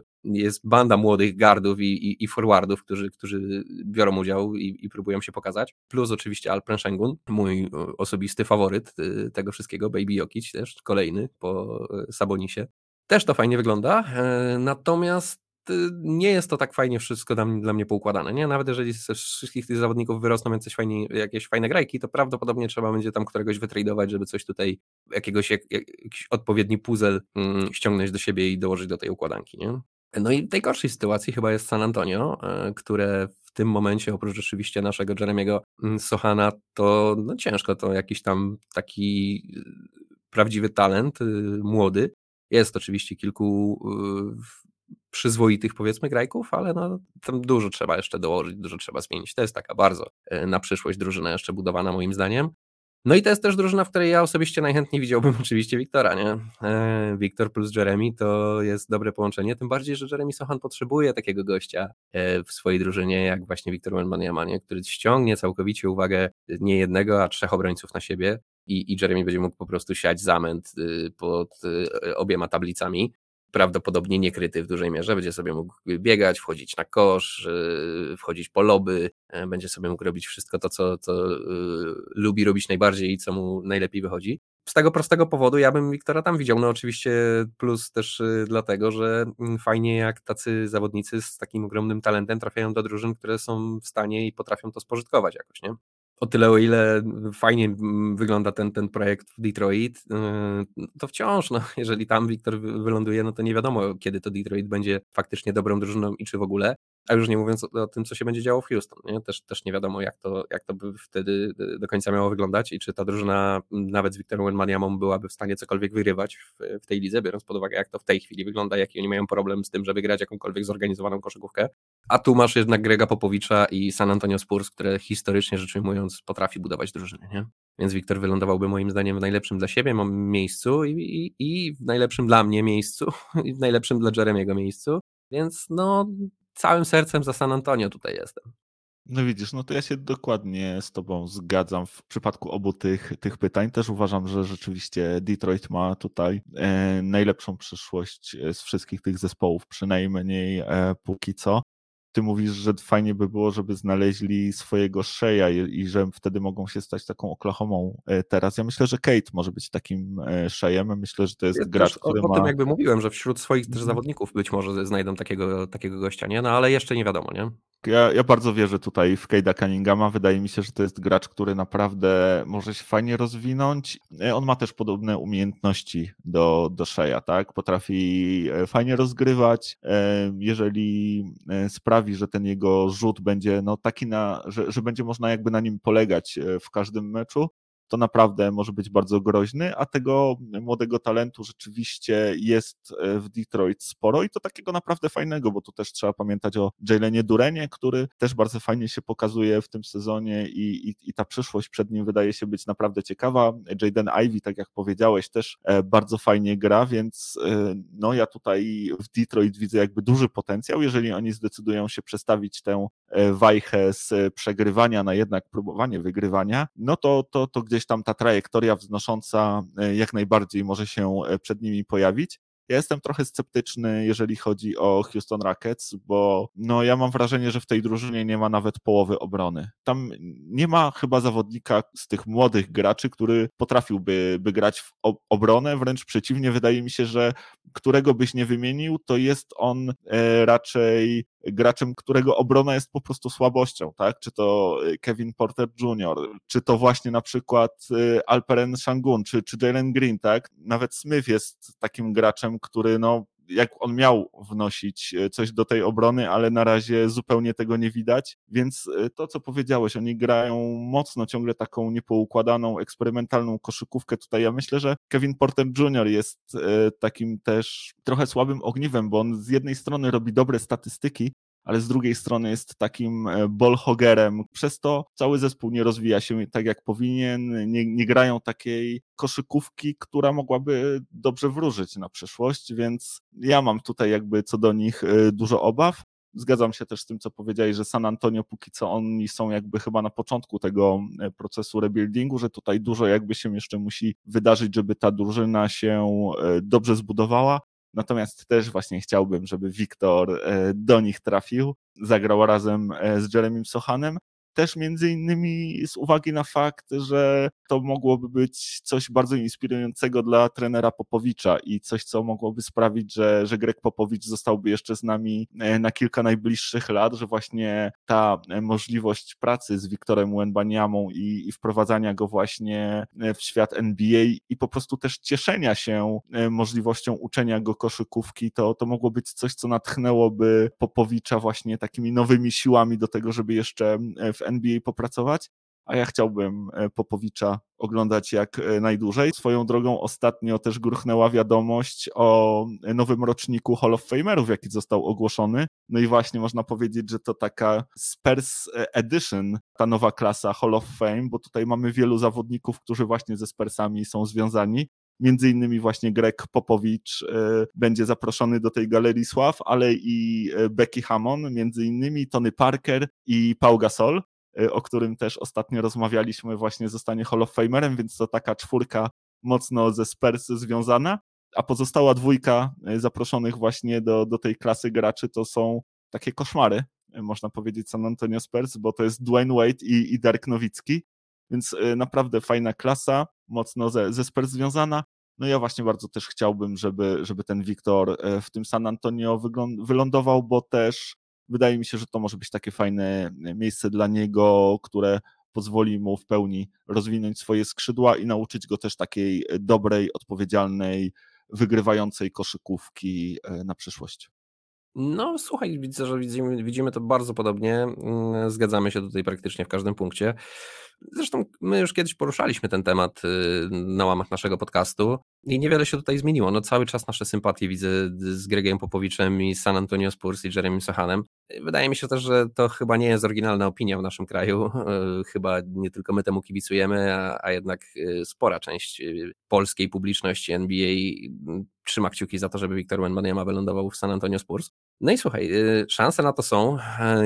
jest banda młodych guardów i forwardów, którzy biorą udział i próbują się pokazać, plus oczywiście Alperen Sengun, mój osobisty faworyt tego wszystkiego, Baby Jokic też, kolejny po Sabonisie. Też to fajnie wygląda, natomiast nie jest to tak fajnie wszystko dla mnie poukładane, nie? Nawet jeżeli ze wszystkich tych zawodników wyrosną jakieś fajne grajki, to prawdopodobnie trzeba będzie tam któregoś wytradować, żeby coś tutaj, jakiś odpowiedni puzzle ściągnąć do siebie i dołożyć do tej układanki, nie? No i w tej gorszej sytuacji chyba jest San Antonio, które w tym momencie oprócz oczywiście naszego Jeremiego Sochana to ciężko to jakiś tam taki prawdziwy talent, młody. Jest oczywiście kilku przyzwoitych powiedzmy grajków, ale tam dużo trzeba jeszcze dołożyć, dużo trzeba zmienić. To jest taka bardzo na przyszłość drużyna jeszcze budowana moim zdaniem. No i to jest też drużyna, w której ja osobiście najchętniej widziałbym oczywiście Wiktora, nie? Wiktor plus Jeremy to jest dobre połączenie, tym bardziej, że Jeremy Sochan potrzebuje takiego gościa w swojej drużynie, jak właśnie Wiktor Wembanyama, który ściągnie całkowicie uwagę nie jednego, a 3 obrońców na siebie i Jeremy będzie mógł po prostu siać zamęt pod obiema tablicami. Prawdopodobnie niekryty w dużej mierze, będzie sobie mógł biegać, wchodzić na kosz, wchodzić po loby, będzie sobie mógł robić wszystko to, co lubi robić najbardziej i co mu najlepiej wychodzi. Z tego prostego powodu ja bym Wiktora tam widział, oczywiście plus też dlatego, że fajnie jak tacy zawodnicy z takim ogromnym talentem trafiają do drużyn, które są w stanie i potrafią to spożytkować jakoś, nie? O tyle, o ile fajnie wygląda ten projekt w Detroit, to wciąż, jeżeli tam Wiktor wyląduje, to nie wiadomo, kiedy to Detroit będzie faktycznie dobrą drużyną i czy w ogóle, a już nie mówiąc o tym, co się będzie działo w Houston, nie? Też nie wiadomo, jak to by wtedy do końca miało wyglądać i czy ta drużyna nawet z Wiktorem Wembanyamą byłaby w stanie cokolwiek wygrywać w tej lidze, biorąc pod uwagę, jak to w tej chwili wygląda, jaki oni mają problem z tym, żeby grać jakąkolwiek zorganizowaną koszykówkę. A tu masz jednak Grega Popowicza i San Antonio Spurs, które historycznie rzecz ujmując potrafi budować drużyny, nie? Więc Wiktor wylądowałby moim zdaniem w najlepszym dla siebie miejscu i w najlepszym dla mnie miejscu i w najlepszym dla Jeremiego miejscu, więc całym sercem za San Antonio tutaj jestem. No widzisz, to ja się dokładnie z Tobą zgadzam w przypadku obu tych pytań. Też uważam, że rzeczywiście Detroit ma tutaj najlepszą przyszłość z wszystkich tych zespołów, przynajmniej póki co. ty mówisz, że fajnie by było, żeby znaleźli swojego Shea'a i że wtedy mogą się stać taką Oklahomą teraz. Ja myślę, że Kate może być takim Shea'em. Myślę, że to Ja jest też gracz, który o tym ma... jakby mówiłem, że wśród swoich też Mhm. zawodników być może znajdą takiego gościa, nie? No ale jeszcze nie wiadomo, nie? Ja bardzo wierzę tutaj w Cade'a Cunninghama. Wydaje mi się, że to jest gracz, który naprawdę może się fajnie rozwinąć. On ma też podobne umiejętności do Shea'a, tak? Potrafi fajnie rozgrywać. Jeżeli sprawi, że ten jego rzut będzie no taki, że będzie można jakby na nim polegać w każdym meczu, to naprawdę może być bardzo groźny, a tego młodego talentu rzeczywiście jest w Detroit sporo i to takiego naprawdę fajnego, bo tu też trzeba pamiętać o Jalenie Durenie, który też bardzo fajnie się pokazuje w tym sezonie i ta przyszłość przed nim wydaje się być naprawdę ciekawa. Jaden Ivey, tak jak powiedziałeś, też bardzo fajnie gra, więc no ja tutaj w Detroit widzę jakby duży potencjał, jeżeli oni zdecydują się przestawić tę wajchę z przegrywania na jednak próbowanie wygrywania, no to gdzieś tam ta trajektoria wznosząca jak najbardziej może się przed nimi pojawić. Ja jestem trochę sceptyczny, jeżeli chodzi o Houston Rockets, bo no ja mam wrażenie, że w tej drużynie nie ma nawet połowy obrony. Tam nie ma chyba zawodnika z tych młodych graczy, który potrafiłby grać w obronę, wręcz przeciwnie, wydaje mi się, że którego byś nie wymienił, to jest on raczej graczem, którego obrona jest po prostu słabością, tak? Czy to Kevin Porter Jr., czy to właśnie na przykład Alperen Sengun, czy Jalen Green, tak? Nawet Smith jest takim graczem, który no jak on miał wnosić coś do tej obrony, ale na razie zupełnie tego nie widać, więc to, co powiedziałeś, oni grają mocno ciągle taką niepoukładaną, eksperymentalną koszykówkę tutaj. Ja myślę, że Kevin Porter Jr. jest takim też trochę słabym ogniwem, bo on z jednej strony robi dobre statystyki, ale z drugiej strony jest takim ballhoggerem. Przez to cały zespół nie rozwija się tak, jak powinien, nie grają takiej koszykówki, która mogłaby dobrze wróżyć na przyszłość, więc ja mam tutaj jakby co do nich dużo obaw. Zgadzam się też z tym, co powiedziałeś, że San Antonio póki co oni są jakby chyba na początku tego procesu rebuildingu, że tutaj dużo jakby się jeszcze musi wydarzyć, żeby ta drużyna się dobrze zbudowała. Natomiast też właśnie chciałbym, żeby Wiktor do nich trafił, zagrał razem z Jeremym Sochanem. Też między innymi z uwagi na fakt, że to mogłoby być coś bardzo inspirującego dla trenera Popowicza i coś, co mogłoby sprawić, że Greg Popowicz zostałby jeszcze z nami na kilka najbliższych lat, że właśnie ta możliwość pracy z Wiktorem Wembanyamą i wprowadzania go właśnie w świat NBA i po prostu też cieszenia się możliwością uczenia go koszykówki, to mogło być coś, co natchnęłoby Popowicza właśnie takimi nowymi siłami do tego, żeby jeszcze w NBA popracować, a ja chciałbym Popowicza oglądać jak najdłużej. Swoją drogą ostatnio też gruchnęła wiadomość o nowym roczniku Hall of Famerów, jaki został ogłoszony. No i właśnie można powiedzieć, że to taka Spurs Edition, ta nowa klasa Hall of Fame, bo tutaj mamy wielu zawodników, którzy właśnie ze Spursami są związani. Między innymi właśnie Greg Popowicz będzie zaproszony do tej galerii sław, ale i Becky Hammon, między innymi Tony Parker i Pau Gasol, o którym też ostatnio rozmawialiśmy, właśnie zostanie Hall of Famerem, więc to taka czwórka mocno ze Spurs związana, a pozostała dwójka zaproszonych właśnie do tej klasy graczy to są takie koszmary, można powiedzieć, San Antonio Spurs, bo to jest Dwayne Wade i Dirk Nowicki, więc naprawdę fajna klasa, mocno ze Spurs związana. No ja właśnie bardzo też chciałbym, żeby ten Wiktor w tym San Antonio wylądował, bo też wydaje mi się, że to może być takie fajne miejsce dla niego, które pozwoli mu w pełni rozwinąć swoje skrzydła i nauczyć go też takiej dobrej, odpowiedzialnej, wygrywającej koszykówki na przyszłość. No słuchaj, widzę, że widzimy to bardzo podobnie, zgadzamy się tutaj praktycznie w każdym punkcie. Zresztą my już kiedyś poruszaliśmy ten temat na łamach naszego podcastu i niewiele się tutaj zmieniło. No cały czas nasze sympatie widzę z Gregiem Popowiczem i San Antonio Spurs i Jeremym Sochanem. Wydaje mi się też, że to chyba nie jest oryginalna opinia w naszym kraju. Chyba nie tylko my temu kibicujemy, a jednak spora część polskiej publiczności NBA trzyma kciuki za to, żeby Wiktor Wembanyama wylądował w San Antonio Spurs. No i słuchaj, szanse na to są.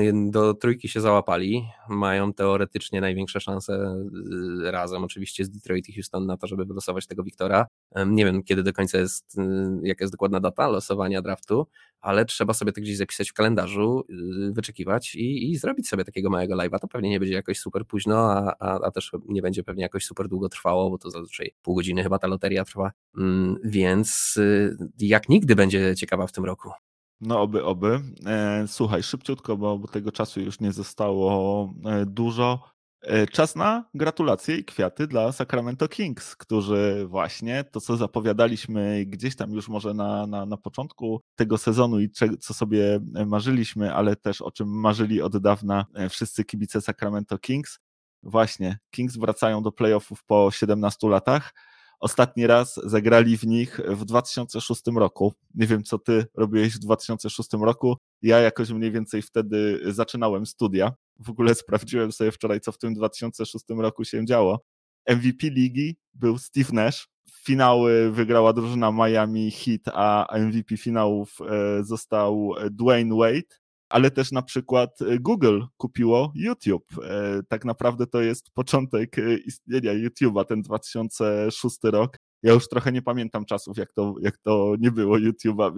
Do trójki się załapali. Mają teoretycznie największe szanse razem oczywiście z Detroit i Houston na to, żeby wylosować tego Wiktora. Nie wiem, kiedy do końca jest, jaka jest dokładna data losowania draftu, ale trzeba sobie to gdzieś zapisać w kalendarzu, wyczekiwać i zrobić sobie takiego małego live'a. To pewnie nie będzie jakoś super późno, a też nie będzie pewnie jakoś super długo trwało, bo to zazwyczaj pół godziny chyba ta loteria trwa, więc jak nigdy będzie ciekawa w tym roku. No oby. Słuchaj, szybciutko, bo tego czasu już nie zostało dużo. Czas na gratulacje i kwiaty dla Sacramento Kings, którzy właśnie to, co zapowiadaliśmy gdzieś tam już może na początku tego sezonu i co sobie marzyliśmy, ale też o czym marzyli od dawna wszyscy kibice Sacramento Kings. Właśnie, Kings wracają do playoffów po 17 latach. Ostatni raz zagrali w nich w 2006 roku. Nie wiem, co ty robiłeś w 2006 roku. Ja jakoś mniej więcej wtedy zaczynałem studia. W ogóle sprawdziłem sobie wczoraj, co w tym 2006 roku się działo. MVP ligi był Steve Nash. Finały wygrała drużyna Miami Heat, a MVP finałów został Dwayne Wade. Ale też na przykład Google kupiło YouTube. Tak naprawdę to jest początek istnienia YouTube'a, ten 2006 rok. Ja już trochę nie pamiętam czasów, jak to nie było YouTube'a,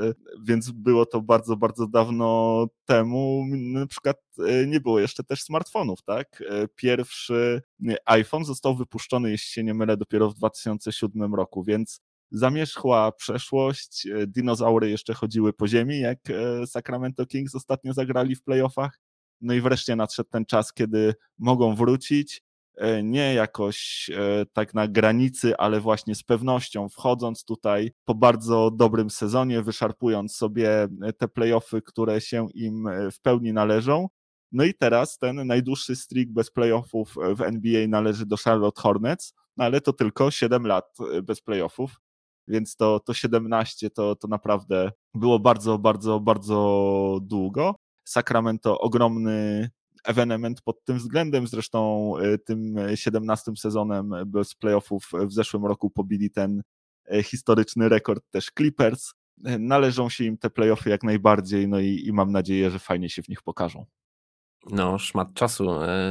więc było to bardzo, bardzo dawno temu. Na przykład nie było jeszcze też smartfonów, tak? Pierwszy iPhone został wypuszczony, jeśli się nie mylę, dopiero w 2007 roku, więc zamierzchła przeszłość, dinozaury jeszcze chodziły po ziemi, jak Sacramento Kings ostatnio zagrali w playoffach. No i wreszcie nadszedł ten czas, kiedy mogą wrócić, nie jakoś tak na granicy, ale właśnie z pewnością, wchodząc tutaj po bardzo dobrym sezonie, wyszarpując sobie te playoffy, które się im w pełni należą. No i teraz ten najdłuższy streak bez playoffów w NBA należy do Charlotte Hornets, no ale to tylko 7 lat bez playoffów. Więc to 17 to naprawdę było bardzo, bardzo, bardzo długo. Sacramento ogromny ewenement pod tym względem, zresztą tym 17 sezonem bez playoffów w zeszłym roku pobili ten historyczny rekord też Clippers. Należą się im te playoffy jak najbardziej, no i mam nadzieję, że fajnie się w nich pokażą. No, szmat czasu,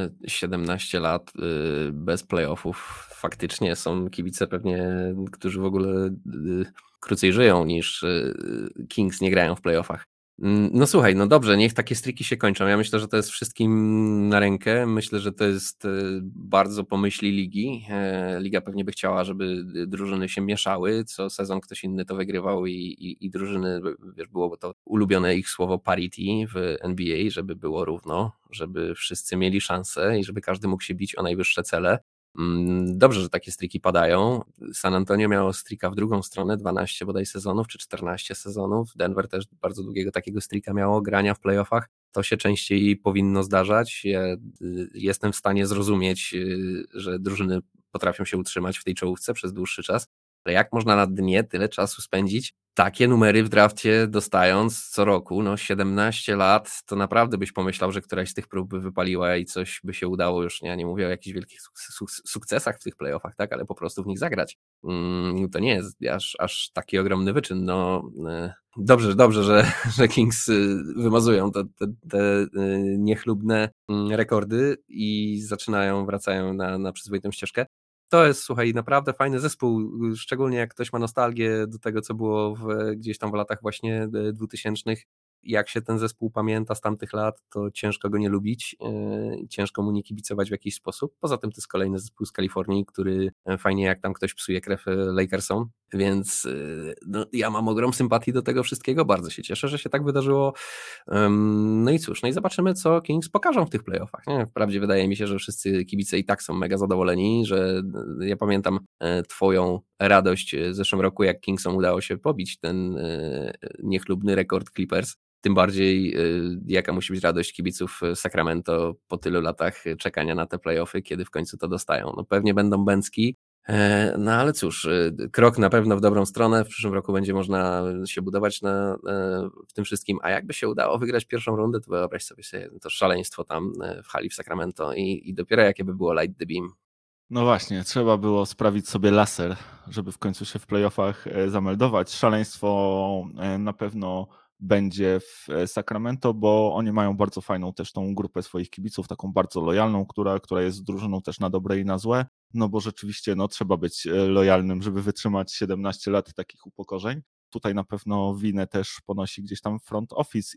17 lat bez playoffów. Faktycznie są kibice pewnie, którzy w ogóle krócej żyją niż Kings nie grają w playoffach. No słuchaj, no dobrze, niech takie streaki się kończą. Ja myślę, że to jest wszystkim na rękę. Myślę, że to jest bardzo pomyśli ligi. Liga pewnie by chciała, żeby drużyny się mieszały. Co sezon ktoś inny to wygrywał i drużyny, wiesz, było to ulubione ich słowo parity w NBA, żeby było równo, żeby wszyscy mieli szansę i żeby każdy mógł się bić o najwyższe cele. Dobrze, że takie streaki padają. San Antonio miało streaka w drugą stronę, 12 bodaj sezonów, czy 14 sezonów. Denver też bardzo długiego takiego streaka miało, grania w playoffach. To się częściej powinno zdarzać. Ja jestem w stanie zrozumieć, że drużyny potrafią się utrzymać w tej czołówce przez dłuższy czas, ale jak można na dnie tyle czasu spędzić, takie numery w drafcie dostając co roku, no 17 lat, to naprawdę byś pomyślał, że któraś z tych prób by wypaliła i coś by się udało już, nie mówię o jakichś wielkich sukcesach w tych playoffach, tak, ale po prostu w nich zagrać. To nie jest aż taki ogromny wyczyn. No, dobrze, że Kings wymazują te niechlubne rekordy i wracają na przyzwoitą ścieżkę. To jest, słuchaj, naprawdę fajny zespół, szczególnie jak ktoś ma nostalgię do tego, co było gdzieś tam w latach właśnie 2000. Jak się ten zespół pamięta z tamtych lat, to ciężko go nie lubić, ciężko mu nie kibicować w jakiś sposób. Poza tym to jest kolejny zespół z Kalifornii, który fajnie jak tam ktoś psuje krew Lakersom, więc no, ja mam ogrom sympatii do tego wszystkiego, bardzo się cieszę, że się tak wydarzyło. No i cóż, no i zobaczymy, co Kings pokażą w tych playoffach. Nie? Wprawdzie wydaje mi się, że wszyscy kibice i tak są mega zadowoleni, że ja pamiętam twoją radość w zeszłym roku, jak Kingsom udało się pobić ten niechlubny rekord Clippers. Tym bardziej jaka musi być radość kibiców Sacramento po tylu latach czekania na te playoffy, kiedy w końcu to dostają. No pewnie będą bęcki, no ale cóż, krok na pewno w dobrą stronę. W przyszłym roku będzie można się budować w tym wszystkim, a jakby się udało wygrać pierwszą rundę, to wyobraź sobie to szaleństwo tam w hali w Sacramento i dopiero jakie by było light the beam. No właśnie, trzeba było sprawić sobie laser, żeby w końcu się w playoffach zameldować. Szaleństwo na pewno będzie w Sacramento, bo oni mają bardzo fajną też tą grupę swoich kibiców, taką bardzo lojalną, która jest drużyną też na dobre i na złe. no bo rzeczywiście trzeba być lojalnym, żeby wytrzymać 17 lat takich upokorzeń. Tutaj na pewno winę też ponosi gdzieś tam front office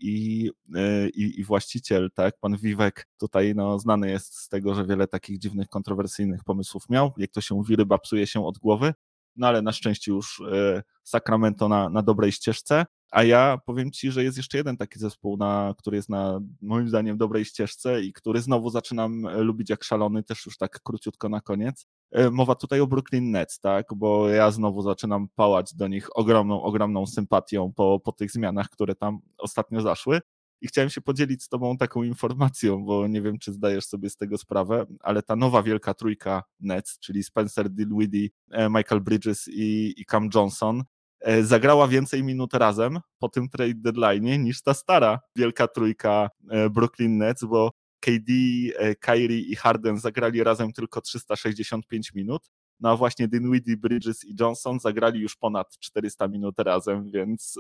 i właściciel, tak, pan Vivek tutaj znany jest z tego, że wiele takich dziwnych, kontrowersyjnych pomysłów miał. Jak to się mówi, ryba psuje się od głowy, ale na szczęście już Sacramento na dobrej ścieżce. A ja powiem Ci, że jest jeszcze jeden taki zespół, który jest na moim zdaniem dobrej ścieżce i który znowu zaczynam lubić jak szalony, też już tak króciutko na koniec. Mowa tutaj o Brooklyn Nets, tak, bo ja znowu zaczynam pałać do nich ogromną sympatią po tych zmianach, które tam ostatnio zaszły. I chciałem się podzielić z Tobą taką informacją, bo nie wiem, czy zdajesz sobie z tego sprawę, ale ta nowa wielka trójka Nets, czyli Spencer Dinwiddie, Michael Bridges i Cam Johnson, zagrała więcej minut razem po tym trade deadline niż ta stara wielka trójka Brooklyn Nets, bo KD, Kyrie i Harden zagrali razem tylko 365 minut, no a właśnie Dinwiddie, Bridges i Johnson zagrali już ponad 400 minut razem, więc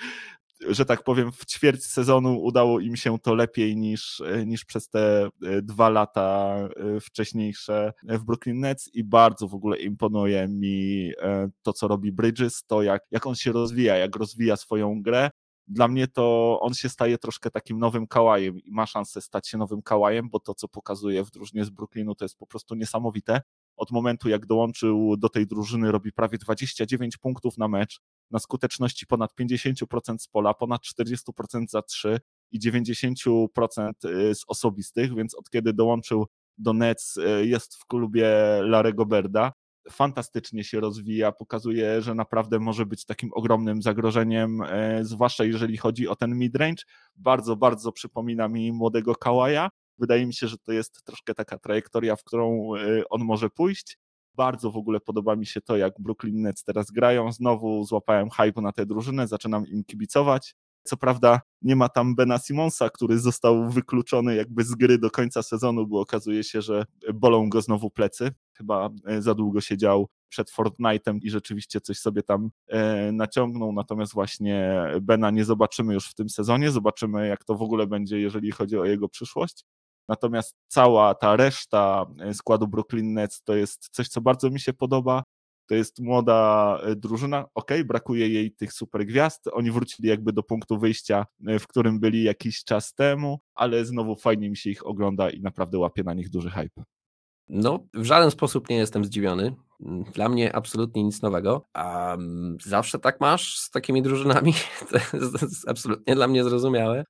że tak powiem w ćwierć sezonu udało im się to lepiej niż przez te 2 lata wcześniejsze w Brooklyn Nets i bardzo w ogóle imponuje mi to, co robi Bridges, to jak on się rozwija, jak rozwija swoją grę. Dla mnie to on się staje troszkę takim nowym Kałajem i ma szansę stać się nowym Kałajem, bo to, co pokazuje w drużynie z Brooklynu, to jest po prostu niesamowite. Od momentu, jak dołączył do tej drużyny, robi prawie 29 punktów na mecz, na skuteczności ponad 50% z pola, ponad 40% za 3 i 90% z osobistych, więc od kiedy dołączył do Nets, jest w klubie Larry'ego Birda. Fantastycznie się rozwija, pokazuje, że naprawdę może być takim ogromnym zagrożeniem, zwłaszcza jeżeli chodzi o ten midrange. Bardzo, bardzo przypomina mi młodego Kałaja. Wydaje mi się, że to jest troszkę taka trajektoria, w którą on może pójść. Bardzo w ogóle podoba mi się to, jak Brooklyn Nets teraz grają. Znowu złapałem hype na tę drużynę, zaczynam im kibicować. Co prawda nie ma tam Bena Simonsa, który został wykluczony jakby z gry do końca sezonu, bo okazuje się, że bolą go znowu plecy. Chyba za długo siedział przed Fortnite'em i rzeczywiście coś sobie tam naciągnął, natomiast właśnie Bena nie zobaczymy już w tym sezonie. Zobaczymy, jak to w ogóle będzie, jeżeli chodzi o jego przyszłość. Natomiast cała ta reszta składu Brooklyn Nets to jest coś, co bardzo mi się podoba. To jest młoda drużyna, brakuje jej tych super gwiazd, oni wrócili jakby do punktu wyjścia, w którym byli jakiś czas temu, ale znowu fajnie mi się ich ogląda i naprawdę łapię na nich duży hype. No, w żaden sposób nie jestem zdziwiony. Dla mnie absolutnie nic nowego. A zawsze tak masz z takimi drużynami? To jest absolutnie dla mnie zrozumiałe.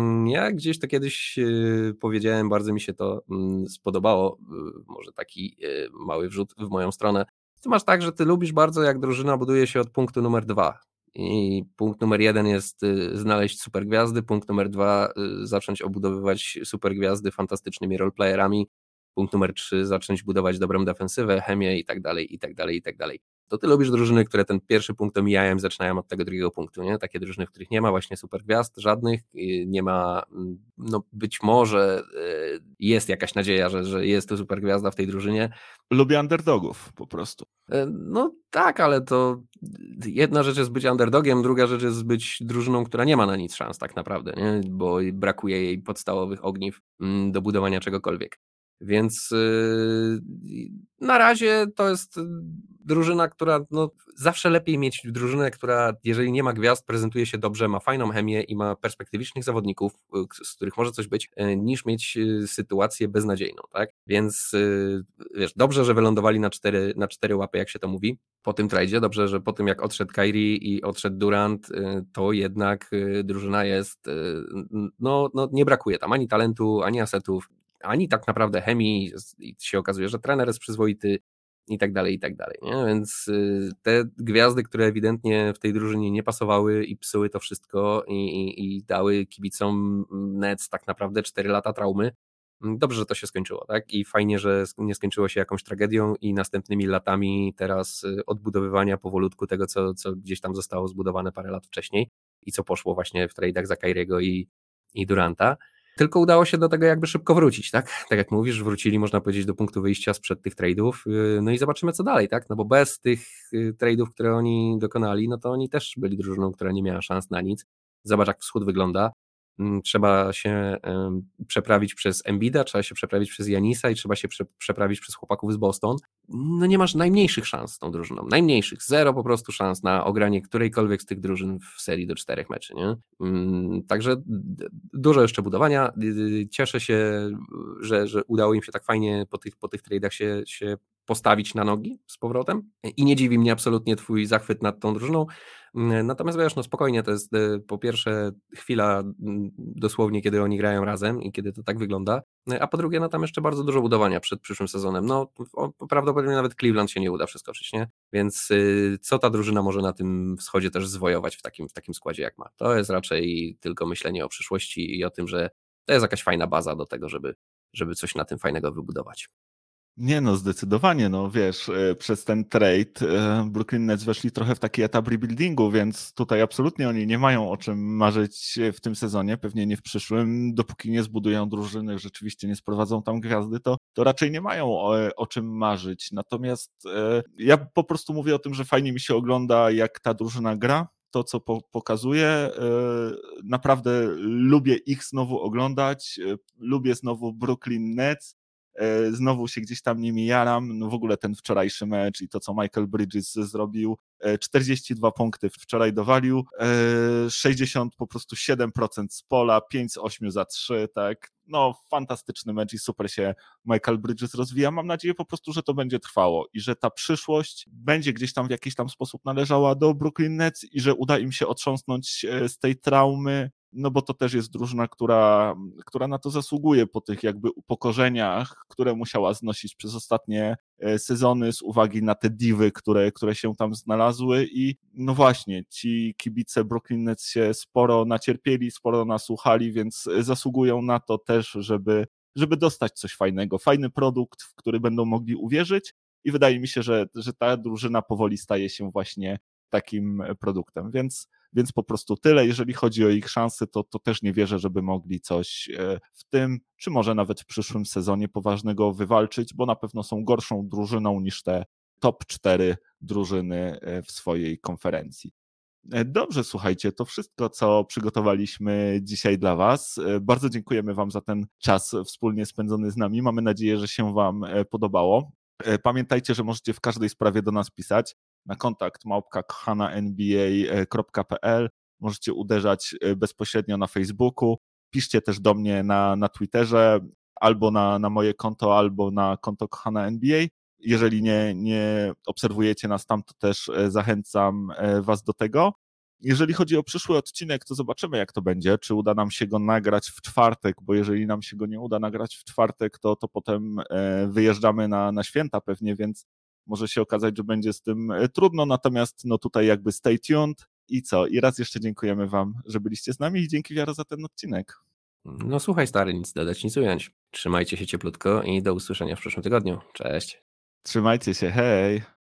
Ja gdzieś to kiedyś powiedziałem, bardzo mi się to spodobało. Może taki mały wrzut w moją stronę. Ty masz tak, że ty lubisz bardzo, jak drużyna buduje się od punktu numer 2. I punkt numer 1 jest znaleźć supergwiazdy, punkt numer 2 zacząć obudowywać supergwiazdy fantastycznymi roleplayerami, punkt numer 3 zacząć budować dobrą defensywę, chemię i tak dalej, i tak dalej, i tak dalej. To ty lubisz drużyny, które ten pierwszy punkt omijają i zaczynają od tego drugiego punktu, nie? Takie drużyny, w których nie ma właśnie supergwiazd żadnych, nie ma, no być może jest jakaś nadzieja, że jest to supergwiazda w tej drużynie. Lubię underdogów po prostu. No tak, ale to jedna rzecz jest być underdogiem, druga rzecz jest być drużyną, która nie ma na nic szans tak naprawdę, nie? Bo brakuje jej podstawowych ogniw do budowania czegokolwiek. Więc na razie to jest drużyna, która zawsze lepiej mieć drużynę, która jeżeli nie ma gwiazd, prezentuje się dobrze, ma fajną chemię i ma perspektywicznych zawodników, z których może coś być, niż mieć sytuację beznadziejną, tak? Więc wiesz, dobrze, że wylądowali na cztery łapy, jak się to mówi, po tym tradzie, dobrze, że po tym jak odszedł Kyrie i odszedł Durant, to jednak drużyna jest, nie brakuje tam ani talentu, ani asetów, ani tak naprawdę chemii i się okazuje, że trener jest przyzwoity i tak dalej, nie? Więc te gwiazdy, które ewidentnie w tej drużynie nie pasowały i psuły to wszystko i dały kibicom Nets tak naprawdę 4 lata traumy, dobrze, że to się skończyło, tak? I fajnie, że nie skończyło się jakąś tragedią i następnymi latami teraz odbudowywania powolutku tego, co gdzieś tam zostało zbudowane parę lat wcześniej i co poszło właśnie w trade'ach za Kyriego i Duranta. Tylko udało się do tego jakby szybko wrócić, tak? Tak jak mówisz, wrócili, można powiedzieć, do punktu wyjścia sprzed tych trade'ów, no i zobaczymy co dalej, tak? No bo bez tych trade'ów, które oni dokonali, no to oni też byli drużyną, która nie miała szans na nic. Zobacz, jak wschód wygląda. trzeba się przeprawić przez Embida, trzeba się przeprawić przez Janisa i trzeba się przeprawić przez chłopaków z Boston. No nie masz najmniejszych szans z tą drużyną, najmniejszych, zero po prostu szans na ogranie którejkolwiek z tych drużyn w serii do 4 meczy, nie? Także dużo jeszcze budowania. Cieszę się, że udało im się tak fajnie po tych trade'ach się postawić na nogi z powrotem i nie dziwi mnie absolutnie twój zachwyt nad tą drużyną. Natomiast wiesz, no spokojnie, to jest po pierwsze chwila dosłownie, kiedy oni grają razem i kiedy to tak wygląda, a po drugie, no tam jeszcze bardzo dużo budowania przed przyszłym sezonem. No prawdopodobnie nawet Cleveland się nie uda przeskoczyć, nie? Więc co ta drużyna może na tym wschodzie też zwojować w takim składzie jak ma? To jest raczej tylko myślenie o przyszłości i o tym, że to jest jakaś fajna baza do tego, żeby coś na tym fajnego wybudować. Nie no, zdecydowanie, no wiesz, przez ten trade Brooklyn Nets weszli trochę w taki etap rebuildingu, więc tutaj absolutnie oni nie mają o czym marzyć w tym sezonie, pewnie nie w przyszłym, dopóki nie zbudują drużyny, rzeczywiście nie sprowadzą tam gwiazdy, to raczej nie mają o czym marzyć. Natomiast ja po prostu mówię o tym, że fajnie mi się ogląda, jak ta drużyna gra, to, co pokazuje. Naprawdę lubię ich znowu oglądać, lubię znowu Brooklyn Nets, znowu się gdzieś tam nimi jaram, no w ogóle ten wczorajszy mecz i to, co Michael Bridges zrobił, 42 punkty wczoraj dowalił, 60 po prostu 7% z pola, 5 z 8 za 3, tak, no fantastyczny mecz i super się Michael Bridges rozwija, mam nadzieję po prostu, że to będzie trwało i że ta przyszłość będzie gdzieś tam w jakiś tam sposób należała do Brooklyn Nets i że uda im się otrząsnąć z tej traumy, no bo to też jest drużyna, która na to zasługuje po tych jakby upokorzeniach, które musiała znosić przez ostatnie sezony z uwagi na te diwy, które się tam znalazły i no właśnie, ci kibice Brooklyn Nets się sporo nacierpieli, sporo nasłuchali, więc zasługują na to też, żeby dostać coś fajnego, fajny produkt, w który będą mogli uwierzyć i wydaje mi się, że ta drużyna powoli staje się właśnie takim produktem, więc po prostu tyle. Jeżeli chodzi o ich szanse, to też nie wierzę, żeby mogli coś w tym, czy może nawet w przyszłym sezonie poważnego wywalczyć, bo na pewno są gorszą drużyną niż te top 4 drużyny w swojej konferencji. Dobrze, słuchajcie, to wszystko, co przygotowaliśmy dzisiaj dla Was. Bardzo dziękujemy Wam za ten czas wspólnie spędzony z nami. Mamy nadzieję, że się Wam podobało. Pamiętajcie, że możecie w każdej sprawie do nas pisać na kontakt @kochana.nba.pl. Możecie uderzać bezpośrednio na Facebooku. Piszcie też do mnie na Twitterze albo na moje konto, albo na konto Kochana NBA. Jeżeli nie obserwujecie nas tam, to też zachęcam Was do tego. Jeżeli chodzi o przyszły odcinek, to zobaczymy, jak to będzie, czy uda nam się go nagrać w czwartek, bo jeżeli nam się go nie uda nagrać w czwartek, to potem wyjeżdżamy na święta pewnie, więc może się okazać, że będzie z tym trudno, natomiast no tutaj jakby stay tuned i co? I raz jeszcze dziękujemy Wam, że byliście z nami i dzięki Wiaro za ten odcinek. No słuchaj stary, nic dodać, nic ująć. Trzymajcie się cieplutko i do usłyszenia w przyszłym tygodniu. Cześć. Trzymajcie się, hej!